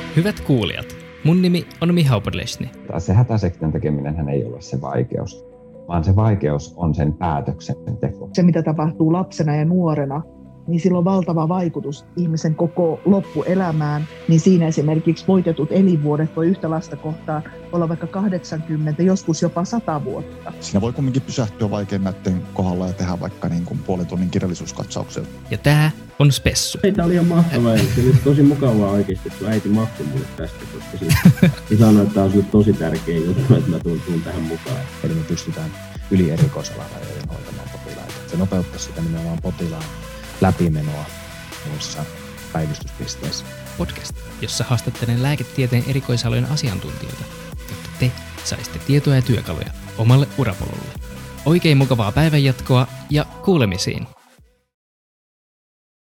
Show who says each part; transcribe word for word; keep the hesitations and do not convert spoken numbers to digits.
Speaker 1: Hyvät kuulijat, mun nimi on Michał Podleśny.
Speaker 2: Se hätäsektion tekeminenhän ei ole se vaikeus, vaan se vaikeus on sen päätöksenteko.
Speaker 3: Se, mitä tapahtuu lapsena ja nuorena, niin sillä on valtava vaikutus ihmisen koko loppuelämään. Niin siinä esimerkiksi voitetut elinvuodet voi yhtä lasta kohtaan olla vaikka kahdeksankymmentä, joskus jopa sata vuotta.
Speaker 4: Siinä voi kumminkin pysähtyä vaikeimmätten kohdalla ja tehdä vaikka niin kuin puolen tunnin kirjallisuuskatsauksia.
Speaker 1: Ja tää on Spessu.
Speaker 5: Tämä oli ihan mahtavaa. Se oli tosi mukavaa oikeasti, että äiti maksoi mulle tästä, koska siis sanoi, että tämä on tosi tärkeä juttu, että mä tuun, tuun tähän mukaan.
Speaker 6: Eli me pystytään yli erikoisalarajojen hoitamaan potilaita. Se nopeuttaa sitä nimenomaan potilaan läpimenoa noissa päivystyspisteissä.
Speaker 1: Podcast, jossa haastattelen lääketieteen erikoisalojen asiantuntijoita, jotta te saisitte tietoa ja työkaluja omalle urapolulle. Oikein mukavaa päivänjatkoa ja kuulemisiin!